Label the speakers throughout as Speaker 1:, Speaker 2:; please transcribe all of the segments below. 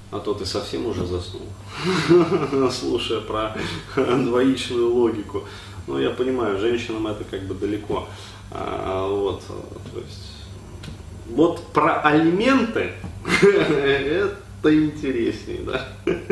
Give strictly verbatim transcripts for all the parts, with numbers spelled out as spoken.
Speaker 1: А то ты совсем уже заснул, слушая про двоичную логику. Ну, я понимаю, женщинам это как бы далеко. А, вот, то есть, вот про алименты это интереснее, да.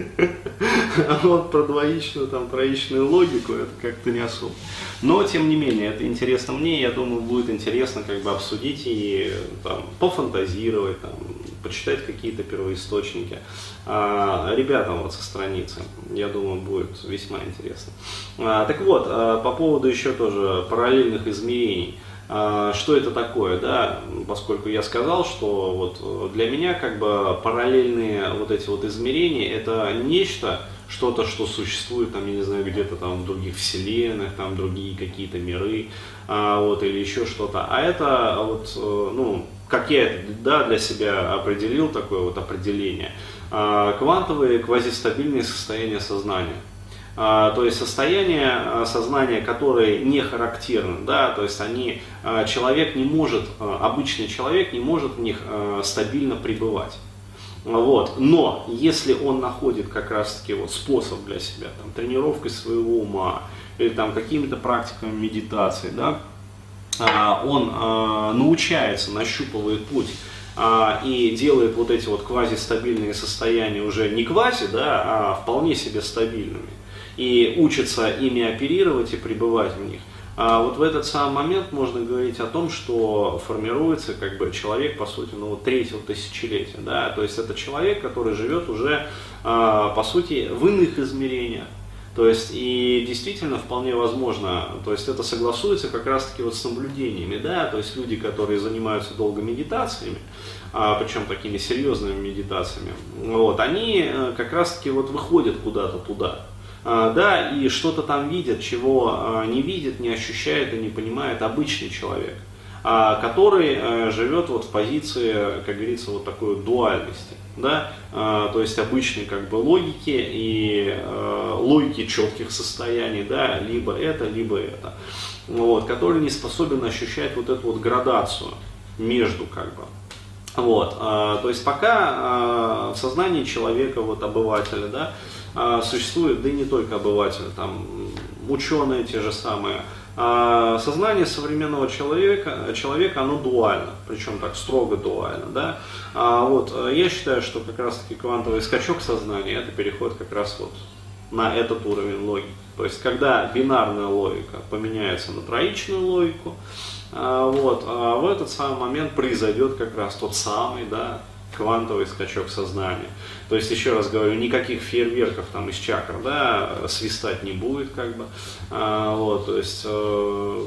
Speaker 1: А вот про двоичную, там, троичную логику это как-то не особо. Но, тем не менее, это интересно мне, я думаю, будет интересно как бы обсудить и там, пофантазировать, там, почитать какие-то первоисточники. А, ребятам вот со страницы, я думаю, будет весьма интересно. А, так вот, а, по поводу еще тоже параллельных измерений. А, что это такое, да, поскольку я сказал, что вот для меня как бы параллельные вот эти вот измерения это нечто, что-то, что существует там, я не знаю, где-то там в других вселенных, там другие какие-то миры, а, вот, или еще что-то. А это вот, ну, как я это, да, для себя определил, такое вот определение, а, квантовые квазистабильные состояния сознания. А, то есть состояние сознания, которые не характерны, да, то есть они, человек не может, обычный человек не может в них стабильно пребывать. Вот. Но если он находит как раз таки вот способ для себя, там, тренировкой своего ума или там какими-то практиками медитации, да, он научается, нащупывает путь и делает вот эти вот квазистабильные состояния уже не квази, да, а вполне себе стабильными. И учится ими оперировать и пребывать в них. А вот в этот самый момент можно говорить о том, что формируется как бы человек, по сути, ну, третьего тысячелетия. Да? То есть это человек, который живет уже, по сути, в иных измерениях. То есть и действительно вполне возможно, то есть это согласуется как раз таки вот с наблюдениями, да, то есть люди, которые занимаются долго медитациями, а, причем такими серьезными медитациями, вот, они как раз таки вот выходят куда-то туда. А, да, и что-то там видят, чего а, не видит, не ощущает и не понимает обычный человек, а, который а, живет вот в позиции, как говорится, вот такой дуальности, да, а, то есть обычной как бы логики и а, логики четких состояний, да, либо это, либо это, вот, который не способен ощущать вот эту вот градацию между как бы. Вот, а, то есть пока а, в сознании человека, вот обывателя, да, а, существует, да и не только обыватели, там ученые те же самые, а, сознание современного человека, человека, оно дуально, причем так строго дуально, да, а, вот, я считаю, что как раз таки квантовый скачок сознания, это переход как раз вот на этот уровень логики, то есть когда бинарная логика поменяется на троичную логику, а, вот, а в этот самый момент произойдет как раз тот самый, да, квантовый скачок сознания. То есть, еще раз говорю, никаких фейерверков там из чакр, да, свистать не будет, как бы. А, вот, то есть, э,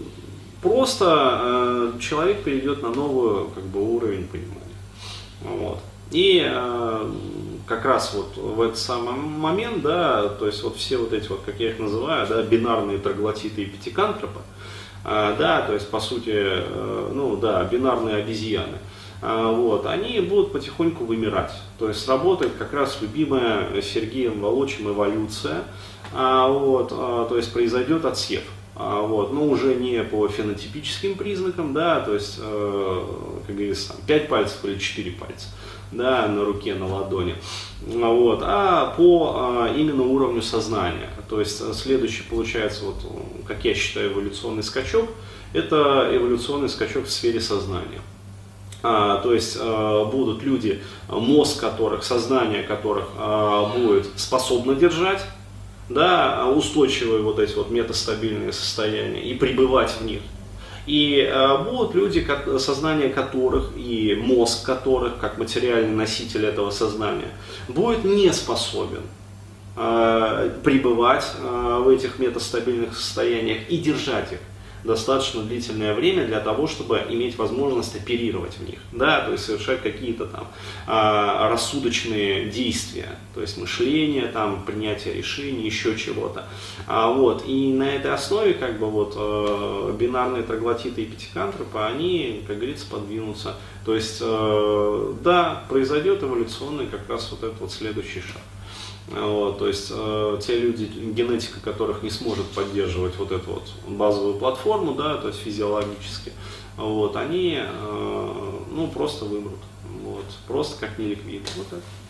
Speaker 1: просто э, человек перейдет на новый, как бы, уровень понимания. Вот. И э, как раз вот в этот самый момент, да, то есть, вот все вот эти вот, как я их называю, да, бинарные троглотиты и пятикантропы, э, да, то есть, по сути, э, ну, да, бинарные обезьяны, вот, они будут потихоньку вымирать. То есть сработает как раз любимая Сергеем Волочем эволюция, вот, то есть произойдет отсев. Вот, но уже не по фенотипическим признакам, да, то есть, как говорится, пять пальцев или четыре пальца, да, на руке, на ладони, вот, а по именно уровню сознания. То есть следующий получается, вот, как я считаю, эволюционный скачок, это эволюционный скачок в сфере сознания. А, то есть а, будут люди, мозг которых, сознание которых а, будет способно держать, да, устойчивые вот эти вот метастабильные состояния и пребывать в них. И а, будут люди, сознание которых и мозг которых, как материальный носитель этого сознания, будет не способен а, пребывать а, в этих метастабильных состояниях и держать их достаточно длительное время для того, чтобы иметь возможность оперировать в них, да, то есть совершать какие-то там а, рассудочные действия, то есть мышление, там, принятие решений, еще чего-то. А, вот, и на этой основе как бы вот а, бинарные троглотиты и пятикантропы, они, как говорится, подвинутся. То есть, а, да, произойдет эволюционный как раз вот этот вот следующий шаг. Вот, то есть э, те люди, генетика которых не сможет поддерживать вот эту вот базовую платформу, да, то есть физиологически, вот, они э, ну, просто вымрут, вот, просто как неликвидны. Вот это.